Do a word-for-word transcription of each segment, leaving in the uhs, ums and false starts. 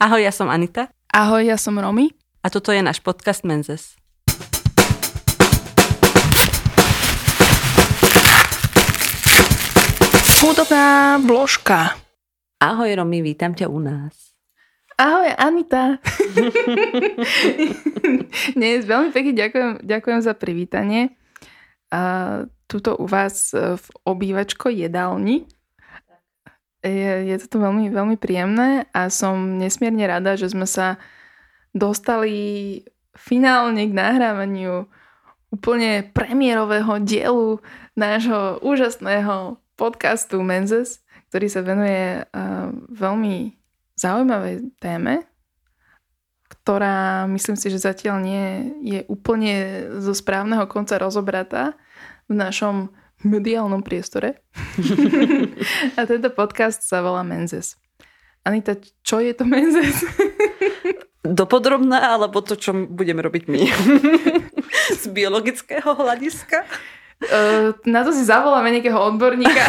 Ahoj, ja som Anita. Ahoj, ja som Romy. A toto je náš podcast Menzes. Hudobná vložka. Ahoj, Romy, vítam ťa u nás. Ahoj, Anita. Dnes veľmi pekne ďakujem, ďakujem za privítanie. A tuto u vás v obývačko jedálni. Je, je to veľmi, veľmi príjemné a som nesmierne rada, že sme sa dostali finálne k nahrávaniu úplne premiérového dielu nášho úžasného podcastu Menzes, ktorý sa venuje uh, veľmi zaujímavej téme, ktorá myslím si, že zatiaľ nie je úplne zo správneho konca rozobratá v našom mediálnom priestore. A tento podcast sa volá Menzes. Anita, čo je to Menzes? Dopodrobná, alebo to, čo budeme robiť my? Z biologického hľadiska? Uh, na to si zavoláme nejakého odborníka.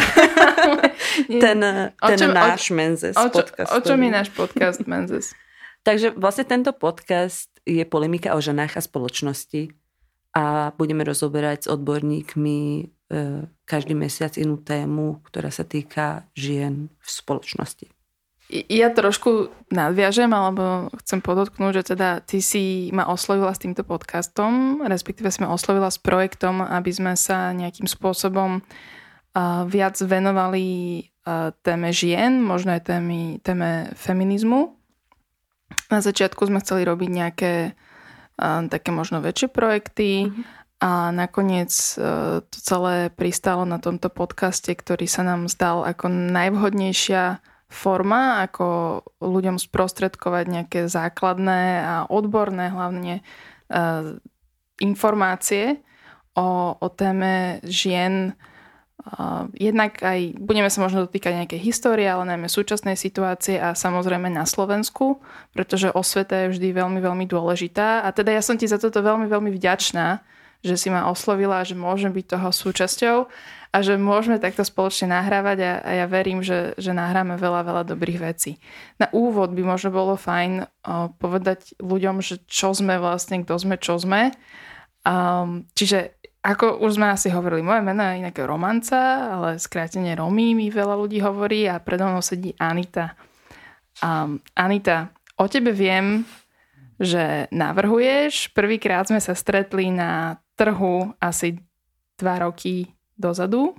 ten ten čom, náš o, Menzes o, podcast. O čom je náš podcast Menzes? Takže vlastne tento podcast je polemika o ženách a spoločnosti. A budeme rozoberať s odborníkmi e, každý mesiac inú tému, ktorá sa týka žien v spoločnosti. Ja trošku nadviažem, alebo chcem podotknúť, že teda ty si ma oslovila s týmto podcastom, respektíve si ma oslovila s projektom, aby sme sa nejakým spôsobom uh, viac venovali uh, téme žien, možno aj téme, téme feminizmu. Na začiatku sme chceli robiť nejaké uh, také možno väčšie projekty mm-hmm. a nakoniec uh, to celé pristálo na tomto podcaste, ktorý sa nám zdal ako najvhodnejšia forma, ako ľuďom sprostredkovať nejaké základné a odborné hlavne uh, informácie o, o téme žien. Uh, jednak aj budeme sa možno dotýkať nejakej histórie, ale najmä súčasnej situácie a samozrejme na Slovensku, pretože osveta je vždy veľmi, veľmi dôležitá. A teda ja som ti za toto veľmi, veľmi vďačná, že si ma oslovila, že môžem byť toho súčasťou a že môžeme takto spoločne nahrávať a, a ja verím, že, že nahráme veľa, veľa dobrých vecí. Na úvod by možno bolo fajn o, povedať ľuďom, že čo sme vlastne, kto sme, čo sme. Um, čiže ako už sme asi hovorili, moje meno je inak Romanca, ale skrátene Romy mi veľa ľudí hovorí a predo mnou sedí Anita. Um, Anita, o tebe viem, že navrhuješ. Prvýkrát sme sa stretli na trhu asi dva roky dozadu.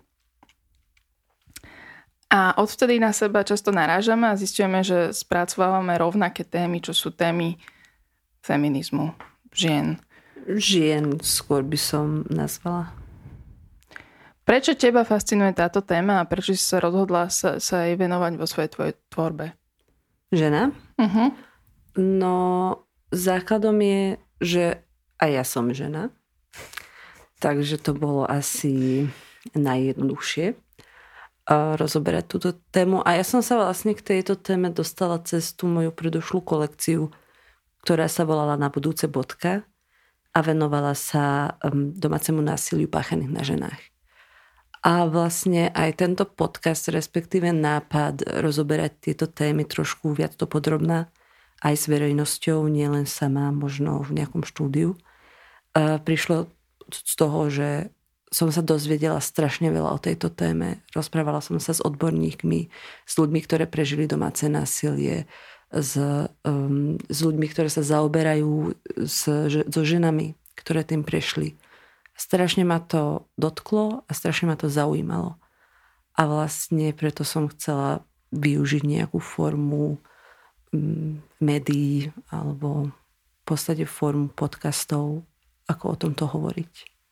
A odvtedy na seba často narážame a zistujeme, že spracovávame rovnaké témy, čo sú témy feminizmu, žien. Žien skôr by som nazvala. Prečo teba fascinuje táto téma a prečo si sa rozhodla sa, sa jej venovať vo svojej tvojej tvorbe? Žena? Uh-huh. No, základom je, že aj ja som žena. Takže to bolo asi najjednoduchšie rozoberať túto tému. A ja som sa vlastne k tejto téme dostala cez tú moju predošlú kolekciu, ktorá sa volala Na budúce bodka a venovala sa domácemu násiliu páchaných na ženách. A vlastne aj tento podcast, respektíve nápad rozoberať tieto témy trošku viac dopodrobná, aj s verejnosťou, nielen sama, možno v nejakom štúdiu, prišlo z toho, že som sa dozvedela strašne veľa o tejto téme. Rozprávala som sa s odborníkmi, s ľuďmi, ktoré prežili domáce násilie, s, um, s ľuďmi, ktoré sa zaoberajú s, so ženami, ktoré tým prešli. Strašne ma to dotklo a strašne ma to zaujímalo. A vlastne preto som chcela využiť nejakú formu um, médií alebo v podstate formu podcastov, ako o tomto hovoriť.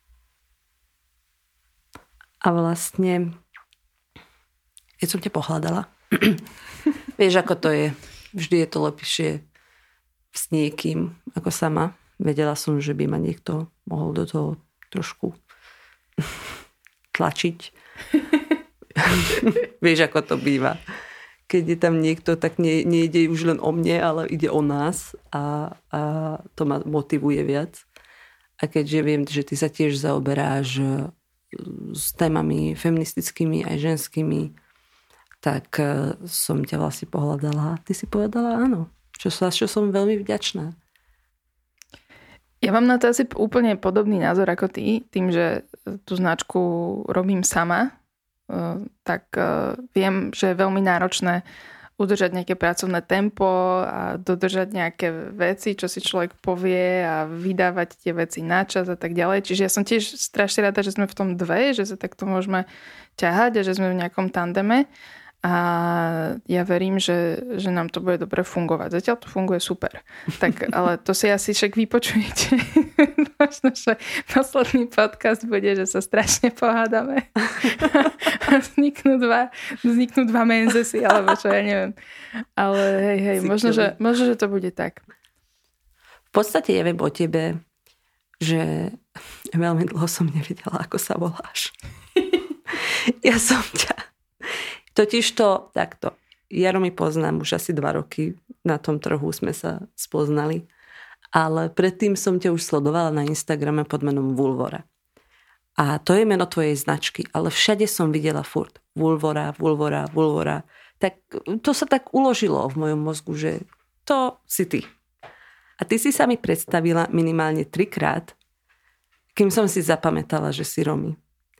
A vlastne, keď som ťa pohľadala, vieš, ako to je. Vždy je to lepšie s niekým ako sama. Vedela som, že by ma niekto mohol do toho trošku tlačiť. Vieš, ako to býva. Keď je tam niekto, tak nie, nejde už len o mne, ale ide o nás a, a to ma motivuje viac. A keďže viem, že ty sa tiež zaoberáš s témami feministickými aj ženskými, tak som ťa vlastne pohľadala. Ty si povedala áno. Čo, čo som veľmi vďačná. Ja mám na to asi úplne podobný názor ako ty. Tým, že tú značku robím sama, tak viem, že je veľmi náročné udržať nejaké pracovné tempo a dodržať nejaké veci, čo si človek povie a vydávať tie veci na čas a tak ďalej. Čiže ja som tiež strašne rada, že sme v tom dve, že sa takto môžeme ťahať a že sme v nejakom tandeme. A ja verím, že, že nám to bude dobre fungovať. Zatiaľ to funguje super. Tak, ale to si asi však vypočujete. Možno, že posledný podcast bude, že sa strašne pohádame. A vzniknú dva, vzniknú dva menzesy, alebo čo, ja neviem. Ale hej, hej, možno že, možno, že to bude tak. V podstate ja viem o tebe, že veľmi dlho som nevedela, ako sa voláš. Ja som ťa Totiž to, takto, Jaro mi poznám už asi dva roky, na tom trhu sme sa spoznali, ale predtým som ťa už sledovala na Instagrame pod menom Vulvora. A to je meno tvojej značky, ale všade som videla furt Vulvora, Vulvora, Vulvora. Tak to sa tak uložilo v mojom mozgu, že to si ty. A ty si sa mi predstavila minimálne trikrát, kým som si zapamätala, že si Romy.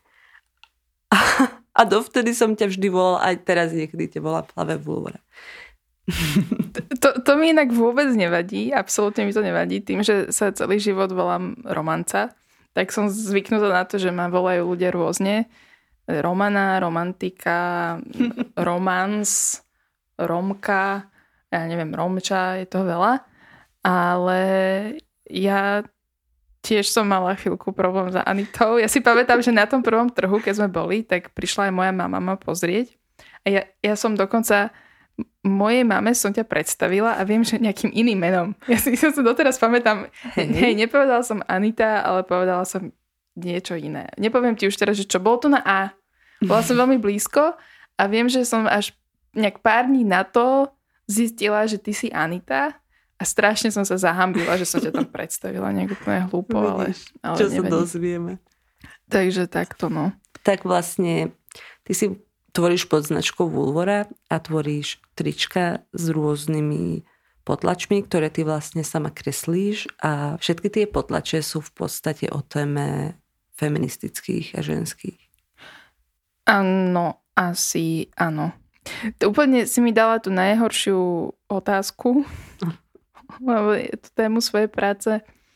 A dovtedy som ťa vždy volala, aj teraz niekedy ťa volá Plavé Vulvora. To, to mi inak vôbec nevadí, absolútne mi to nevadí. Tým, že sa celý život volám Romanca, tak som zvyknutá na to, že ma volajú ľudia rôzne. Romana, romantika, romans, romka, ja neviem, romča, je toho veľa. Ale ja tiež som mala chvíľku problém za Anitou. Ja si pamätám, že na tom prvom trhu, keď sme boli, tak prišla aj moja mama ma pozrieť. A ja, ja som dokonca mojej mame som ťa predstavila a viem, že nejakým iným menom. Ja si ja sa doteraz pamätám. Hej, hej, nepovedala som Anita, ale povedala som niečo iné. Nepoviem ti už teraz, že čo. Bolo to na A. Bola som veľmi blízko a viem, že som až nejak pár dní na to zistila, že ty si Anita. A strašne som sa zahambila, že som ťa tam predstavila nejak úplne hlúpo, ale, ale čo nevadí. sa dozvieme. Takže takto, no. Tak vlastne ty si tvoríš pod značkou Vulvora a tvoríš trička s rôznymi potlačmi, ktoré ty vlastne sama kreslíš a všetky tie potlače sú v podstate o téme feministických a ženských. Áno, asi áno. To úplne si mi dala tú najhoršiu otázku, lebo je to tému svojej práce.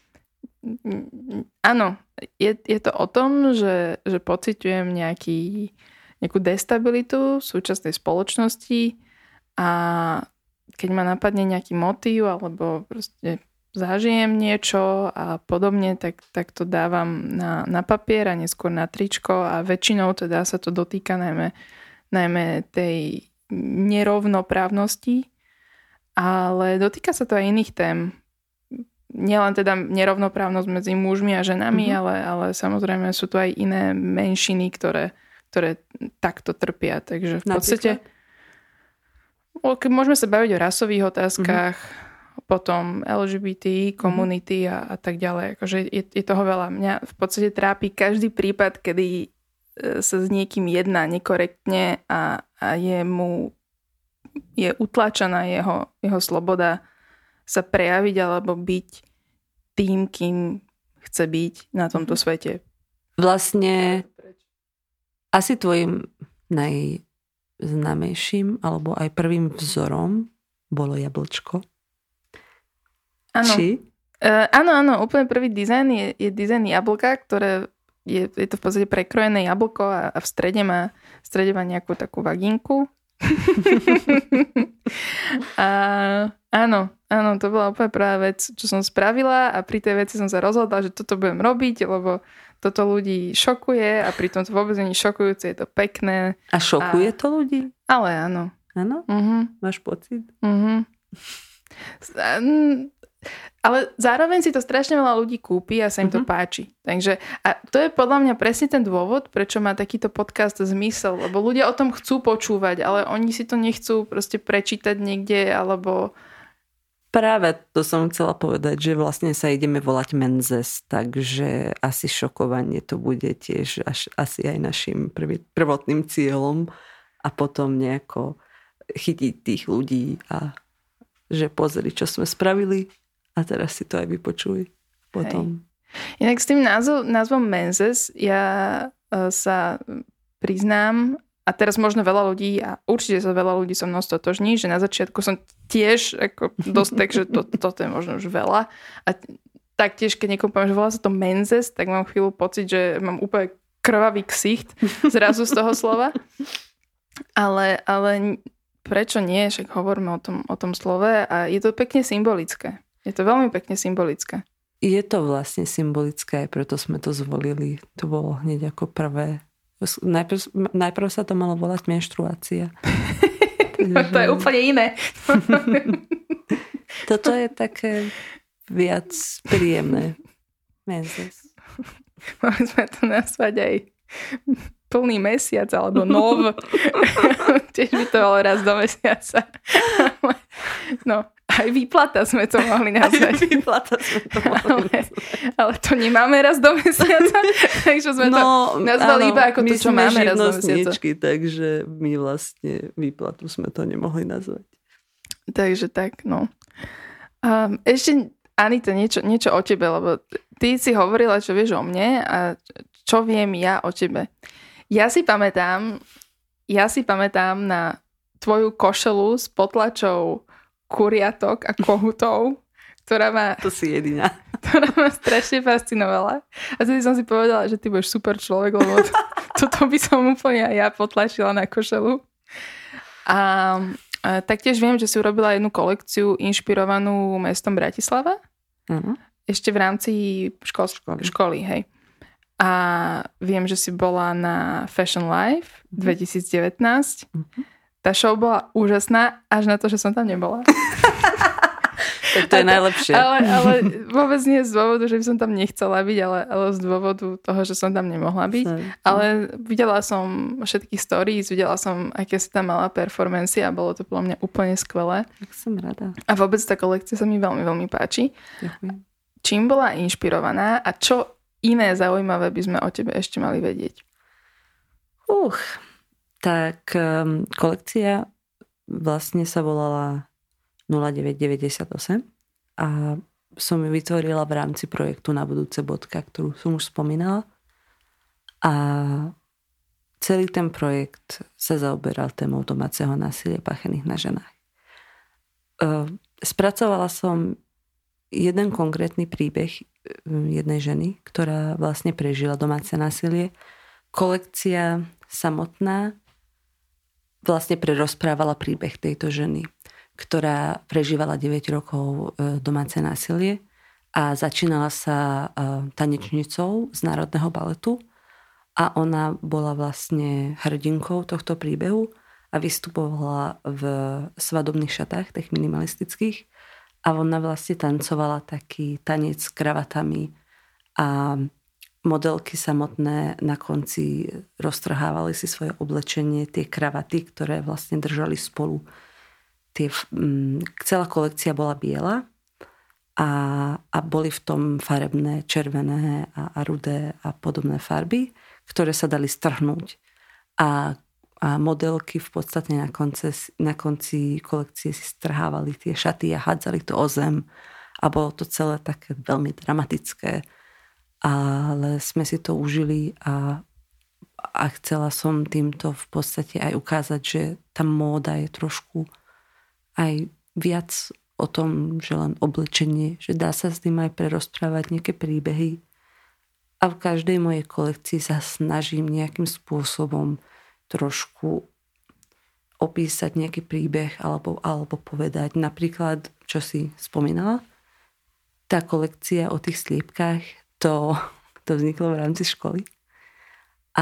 Áno, je, je to o tom, že, že pociťujem nejaký, nejakú destabilitu v súčasnej spoločnosti a keď ma napadne nejaký motív alebo proste zažijem niečo a podobne, tak, tak to dávam na, na papier a neskôr na tričko a väčšinou teda sa to dotýka najmä, najmä tej nerovnoprávnosti. Ale dotýka sa to aj iných tém. Nielen teda nerovnoprávnosť medzi mužmi a ženami, mm-hmm. ale, ale samozrejme sú tu aj iné menšiny, ktoré, ktoré takto trpia. Takže v podstate môžeme sa baviť o rasových otázkach, mm-hmm. potom el gé bé té komunity mm-hmm. a, a tak ďalej. Akože je, je toho veľa. Mňa v podstate trápi každý prípad, kedy sa s niekým jedná nekorektne a, a je mu je utlačená jeho, jeho sloboda sa prejaviť alebo byť tým, kým chce byť na tomto svete. Vlastne asi tvojim najznámejším alebo aj prvým vzorom bolo jablčko. Áno. Či? Uh, áno, áno, úplne prvý dizajn je, je dizajn jablka, ktoré je, je to v podstate prekrojené jablko a, a v strede má, v strede má nejakú takú vagínku. A áno, áno, to bola úplne prvá vec, čo som spravila a pri tej veci som sa rozhodla, že toto budem robiť, lebo toto ľudí šokuje a pritom to vôbec nie je šokujúce, je to pekné. A šokuje a... to ľudí? Ale áno. Áno? Uh-huh. Máš pocit? Uh-huh. Ale zároveň si to strašne veľa ľudí kúpi a sa im to uh-huh. páči. Takže a to je podľa mňa presne ten dôvod, prečo má takýto podcast zmysel, lebo ľudia o tom chcú počúvať, ale oni si to nechcú proste prečítať niekde, alebo... Práve to som chcela povedať, že vlastne sa ideme volať Menzes, takže asi šokovanie to bude tiež až, asi aj našim prvý, prvotným cieľom a potom nejako chytiť tých ľudí a že pozri, čo sme spravili a teraz si to aj vypočuj potom. Hej. Inak s tým názvom, názvom Menses ja uh, sa priznám, a teraz možno veľa ľudí, a určite sa veľa ľudí so mnou stotožní, že na začiatku som tiež ako dosť tak, že to, toto je možno už veľa. A taktiež, keď niekomu poviem, že volá sa to Menses, tak mám chvíľu pocit, že mám úplne krvavý ksicht zrazu z toho slova. Ale, ale prečo nie? Však hovoríme o tom, o tom slove a je to pekne symbolické. Je to veľmi pekne symbolické. Je to vlastne symbolické, aj preto sme to zvolili. To bolo hneď ako prvé. Najprv, najprv sa to malo volať menštruácia. Takže... To je úplne iné. Toto je také viac príjemné. Menses. Mohli sme to nazvať aj plný mesiac, alebo nov. Tiež by to bolo raz do mesiaca. No, aj výplata sme to mohli nazvať. Aj výplata sme to mohli ale, nazvať. Ale to nemáme raz do mesiaca, takže sme no, to nazvali áno, iba ako to, čo máme raz do mesiaca. Takže my vlastne výplatu sme to nemohli nazvať. Takže tak, no. Um, ešte, Anita, niečo, niečo o tebe, lebo ty si hovorila, čo vieš o mne a čo viem ja o tebe. Ja si pamätám, ja si pamätám na tvoju košelu s potlačou kuriatok a kohutov, ktorá ma... To si jediná. Ktorá ma strašne fascinovala. A tedy som si povedala, že ty budeš super človek, lebo to, toto by som úplne aj ja potlačila na košelu. A, a taktiež viem, že si urobila jednu kolekciu inšpirovanú mestom Bratislava. Uh-huh. Ešte v rámci škol, školy. školy, hej. A viem, že si bola na Fashion Live dvetisíc devätnásť. Uh-huh. Tá show bola úžasná, až na to, že som tam nebola. Tak to je najlepšie. Ale, ale vôbec nie z dôvodu, že by som tam nechcela byť, ale, ale z dôvodu toho, že som tam nemohla byť. Sorry. Ale videla som všetky stories, videla som, aké si tam mala performancie a bolo to podľa mňa úplne skvelé. Tak som rada. A vôbec tá kolekcia sa mi veľmi, veľmi páči. Ďakujem. Čím bola inšpirovaná a čo iné zaujímavé by sme o tebe ešte mali vedieť? Uch, tak um, kolekcia vlastne sa volala nula deväť deväťdesiatosem a som ju vytvorila v rámci projektu Na budúce bodka, ktorú som už spomínala. A celý ten projekt sa zaoberal témou domáceho násilia páchaných na ženách. Uh, spracovala som jeden konkrétny príbeh jednej ženy, ktorá vlastne prežila domáce násilie. Kolekcia samotná vlastne prerozprávala príbeh tejto ženy, ktorá prežívala deväť rokov domáce násilie a začínala sa tanečnicou z Národného baletu a ona bola vlastne hrdinkou tohto príbehu a vystupovala v svadobných šatách, tých minimalistických. A ona vlastne tancovala taký tanec s kravatami a modelky samotné na konci roztrhávali si svoje oblečenie, tie kravaty, ktoré vlastne držali spolu. Tie, celá kolekcia bola biela a, a boli v tom farebné, červené a, a rudé a podobné farby, ktoré sa dali strhnúť. A A modelky v podstate na konci, na konci kolekcie si strhávali tie šaty a hádzali to o zem. A bolo to celé také veľmi dramatické. Ale sme si to užili a, a chcela som týmto v podstate aj ukázať, že tá móda je trošku aj viac o tom, že len oblečenie, že dá sa s tým aj prerozprávať nejaké príbehy. A v každej mojej kolekcii sa snažím nejakým spôsobom trošku opísať nejaký príbeh alebo, alebo povedať. Napríklad, čo si spomínala, tá kolekcia o tých sliepkách, to, to vzniklo v rámci školy. A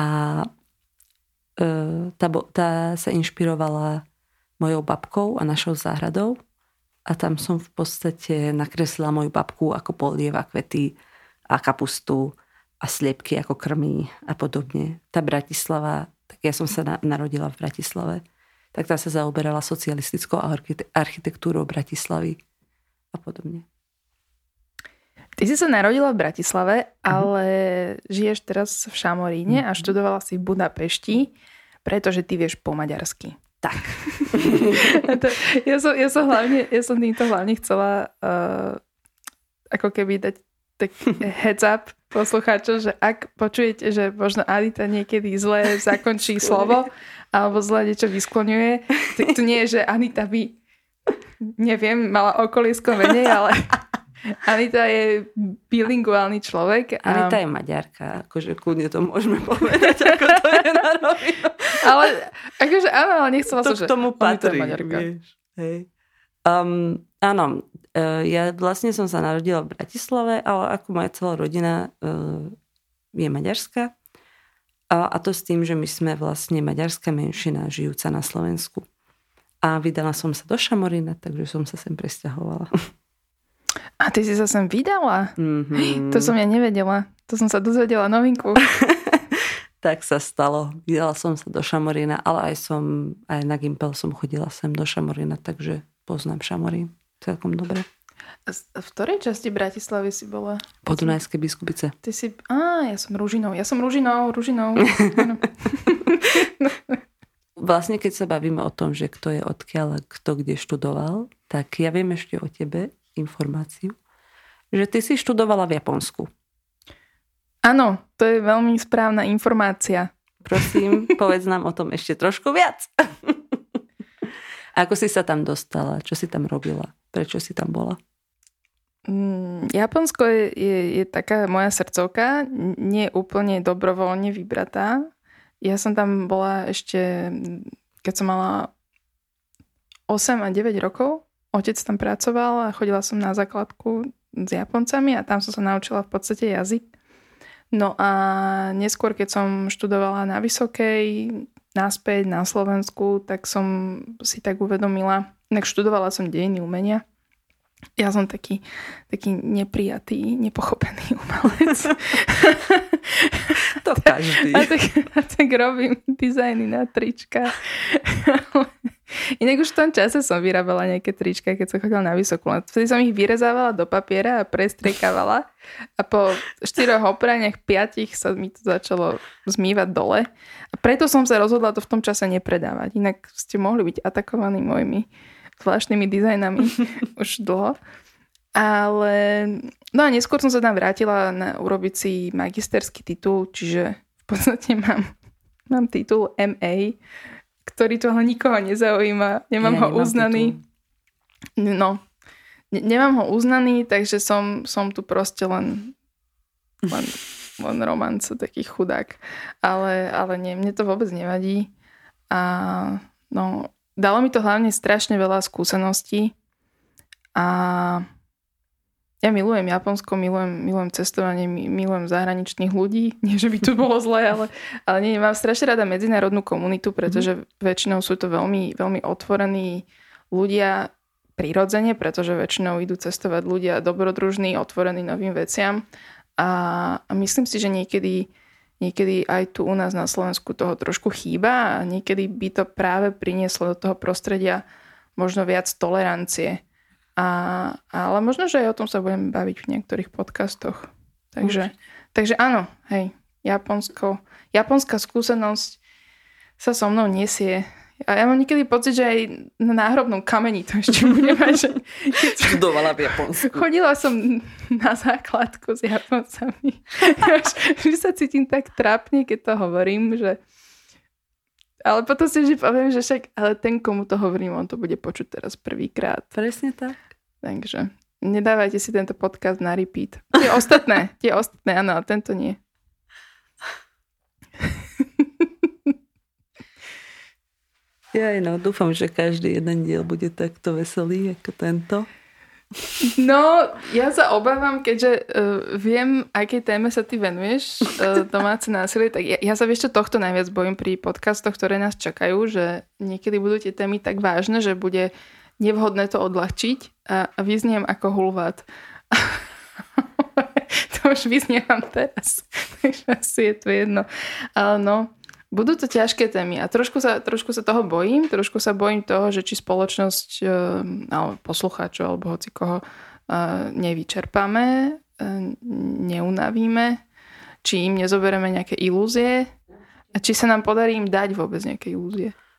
e, tá, tá sa inšpirovala mojou babkou a našou záhradou. A tam som v podstate nakreslila moju babku, ako polieva kvety a kapustu a sliepky ako krmí a podobne. Tá Bratislava, tak ja som sa na, narodila v Bratislave, tak tá sa zaoberala socialistickou architektúrou Bratislavy a podobne. Ty si sa narodila v Bratislave, ale uh-huh. žiješ teraz v Šamoríne uh-huh. a študovala si v Budapešti, pretože ty vieš po maďarsky. Tak. to, ja, som, ja, som hlavne, ja som týmto hlavne chcela uh, ako keby dať tak heads up poslucháčov, že ak počujete, že možno Anita niekedy zle zakončí slovo alebo zle niečo vyskloňuje, tak to nie je, že Anita by, neviem, mala okoliesko menej, ale Anita je bilinguálny človek. A... Anita je Maďarka, akože kľudne to môžeme povedať, ako to je na rovinu. Ale akože áno, ale nechcela to som, že k tomu patrí, Maďarka. Vieš. Hej. Um, áno, uh, ja vlastne som sa narodila v Bratislave, ale ako moja celá rodina uh, je maďarská. A, a to s tým, že my sme vlastne maďarská menšina žijúca na Slovensku. A vydala som sa do Šamorína, takže som sa sem presťahovala. A ty si sa sem vydala? Mm-hmm. To som ja nevedela. To som sa dozvedela novinku. Tak sa stalo. Vydala som sa do Šamorína, ale aj som, aj na Gimpel som chodila sem do Šamorína, takže poznám Šamorín celkom dobre. A v ktorej časti Bratislavy si bola? Podunajské Biskupice. Ty si... Á, ja som Ružinou. Ja som Ružinou, Ružinou. Vlastne, keď sa bavíme o tom, že kto je odkiaľ, kto kde študoval, tak ja viem ešte o tebe informáciu, že ty si študovala v Japonsku. Áno, to je veľmi správna informácia. Prosím, povedz nám o tom ešte trošku viac. Ako si sa tam dostala? Čo si tam robila? Prečo si tam bola? Mm, Japonsko je, je, je taká moja srdcovka, nie úplne dobrovoľne vybratá. Ja som tam bola ešte, keď som mala osem a deväť rokov. Otec tam pracoval a chodila som na základku s Japoncami a tam som sa naučila v podstate jazyk. No a neskôr, keď som študovala na Vysokej, naspäť na Slovensku, tak som si tak uvedomila, inak študovala som dejiny umenia. Ja som taký, taký neprijatý, nepochopený umelec. To každý. A tak, a tak robím dizajny na trička. Inak už v tom čase som vyrábala nejaké trička, keď som chodila na Vysokú. Vtedy som ich vyrezávala do papiera a prestriekávala. A po štyroch opraniach, piatich sa mi to začalo zmývať dole. A preto som sa rozhodla to v tom čase nepredávať. Inak ste mohli byť atakovaní mojimi zvláštnymi dizajnami už dlho. Ale no a neskôr som sa tam vrátila na urobiť si magisterský titul, čiže v podstate mám, mám titul em á, ktorý tu ale nikoho nezaujíma. Nemám ja ho nemám uznaný. Titul. No, ne, nemám ho uznaný, takže som, som tu proste len len, len romance, taký chudák. Ale, ale nie, mne to vôbec nevadí. A no, dalo mi to hlavne strašne veľa skúseností. A ja milujem Japonsko, milujem, milujem cestovanie, milujem zahraničných ľudí. Nie, že by to bolo zlé, ale, ale nie, mám strašne rada medzinárodnú komunitu, pretože mm. väčšinou sú to veľmi, veľmi otvorení ľudia prirodzene, pretože väčšinou idú cestovať ľudia dobrodružní, otvorení novým veciam. A, a myslím si, že niekedy, niekedy aj tu u nás na Slovensku toho trošku chýba a niekedy by to práve prinieslo do toho prostredia možno viac tolerancie. A, ale možno, že aj o tom sa budeme baviť v niektorých podcastoch. Takže, takže áno, hej, Japonsko, japonská skúsenosť sa so mnou nesie. A ja mám niekedy pocit, že aj na náhrobnom kameni to ešte bude mať. Že študovala v Japonsku. Chodila som na základku s Japoncami. Že sa cítim tak trápne, keď to hovorím, že ale potom si že poviem, že však ale ten, komu to hovorím, on to bude počuť teraz prvýkrát. Presne tak. Takže nedávajte si tento podcast na repeat. Tie ostatné, tie ostatné, áno, tento nie. Ja no, dúfam, že každý jeden diel bude takto veselý, ako tento. No, ja sa obávam, keďže uh, viem, akej téme sa ty venuješ, uh, domáce násilie, tak ja, ja sa vieš čo tohto najviac bojím pri podcastoch, ktoré nás čakajú, že niekedy budú tie témy tak vážne, že bude nevhodné to odľahčiť a, a vyzniem ako hulvát. To už vyznievam teraz, takže asi je to jedno. Ale no, budú to ťažké témy a trošku sa, trošku sa toho bojím, trošku sa bojím toho, že či spoločnosť alebo poslucháčov alebo hoci koho nevyčerpáme, neunavíme, či im nezoberieme nejaké ilúzie a či sa nám podarí im dať vôbec nejaké ilúzie.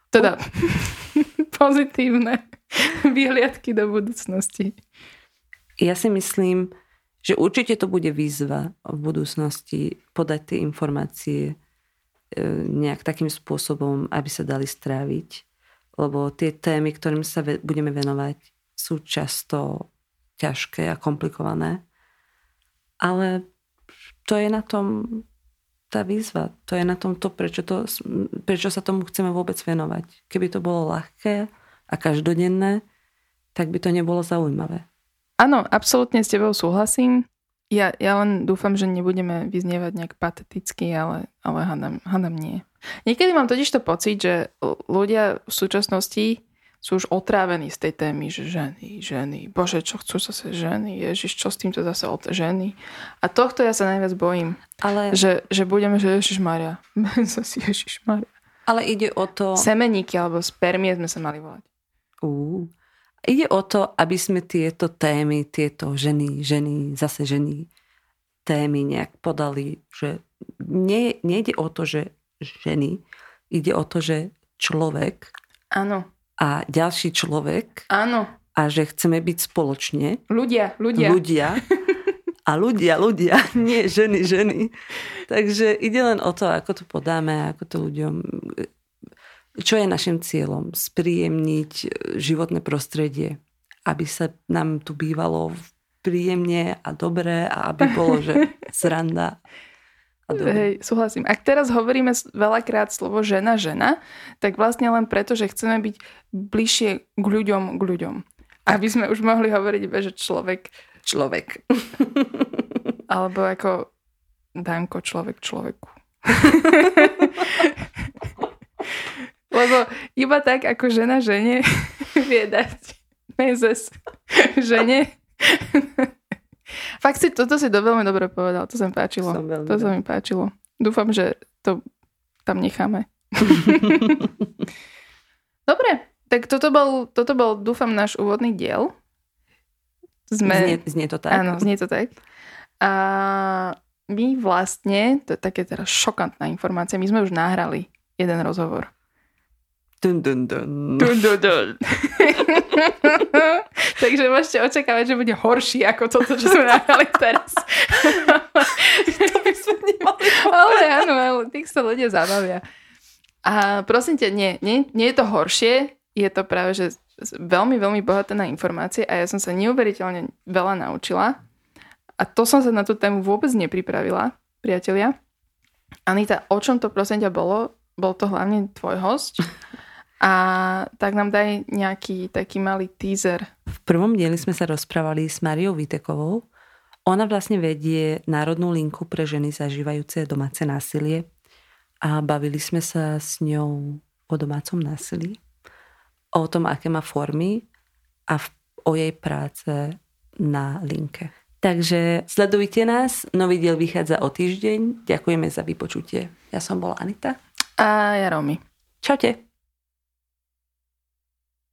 Teda pozitívne vyhliadky do budúcnosti. Ja si myslím, že určite to bude výzva v budúcnosti podať tie informácie nejak takým spôsobom, aby sa dali stráviť. Lebo tie témy, ktorým sa budeme venovať, sú často ťažké a komplikované. Ale to je na tom tá výzva. To je na tom to, prečo, to, prečo sa tomu chceme vôbec venovať. Keby to bolo ľahké a každodenné, tak by to nebolo zaujímavé. Áno, absolútne s tebou súhlasím. Ja, ja len dúfam, že nebudeme vyznievať nejak pateticky, ale, ale hádam, hádam nie. Niekedy mám totiž to pocit, že ľudia v súčasnosti sú už otrávení z tej témy, že ženy, ženy, bože, čo chcú zase ženy, ježiš, čo s týmto zase od ženy. A tohto ja sa najviac bojím. Ale... Že, že budeme, že ježišmaria. Zase ježišmaria. Ale ide o to... Semeníky alebo spermie sme sa mali volať. Uh. Ide o to, aby sme tieto témy, tieto ženy, ženy, zase ženy, témy nejak podali, že nie, nejde o to, že ženy, ide o to, že človek... Áno. A ďalší človek. Áno. A že chceme byť spoločne. Ľudia, ľudia. Ľudia. A ľudia, ľudia. Nie ženy, ženy. Takže ide len o to, ako to podáme, ako to ľuďom... Čo je našim cieľom? Spríjemniť životné prostredie. Aby sa nám tu bývalo príjemne a dobre a aby bolo, že sranda. Hej, súhlasím. Ak teraz hovoríme veľakrát slovo žena, žena, tak vlastne len preto, že chceme byť bližšie k ľuďom, k ľuďom. Aby sme už mohli hovoriť iba, že človek. Človek. Alebo ako Danko, človek človeku. Lebo iba tak, ako žena žene vie dať mezes žene. Fakt si, toto si to veľmi dobre povedal. To sa mi páčilo. To sa mi páčilo. Dúfam, že to tam necháme. Dobre, tak toto bol, toto bol, dúfam, náš úvodný diel. Sme... Znie, znie to tak. Áno, znie to tak. A my vlastne, to je také teraz šokantná informácia, my sme už nahrali jeden rozhovor. Dun, dun, dun. Dun, dun, dun. Takže môžete očakávať, že bude horší ako toto, čo sme nahrali teraz. To by sme nemali povedať. Ale áno, ale tých sa ľudia zabavia. A prosím ťa, nie, nie, nie je to horšie, je to práve, že veľmi, veľmi bohaté na informácie a ja som sa neuveriteľne veľa naučila. A to som sa na tú tému vôbec nepripravila, priatelia. Anita, o čom to prosím ťa bolo? Bol to hlavne tvoj hosť. A tak nám daj nejaký taký malý teaser. V prvom dieli sme sa rozprávali s Máriou Vitekovou. Ona vlastne vedie Národnú linku pre ženy zažívajúce domáce násilie a bavili sme sa s ňou o domácom násilí, o tom, aké má formy a o jej práce na linke. Takže sledujte nás, nový diel vychádza o týždeň. Ďakujeme za vypočutie. Ja som bola Anita. A ja Romy. Čaute.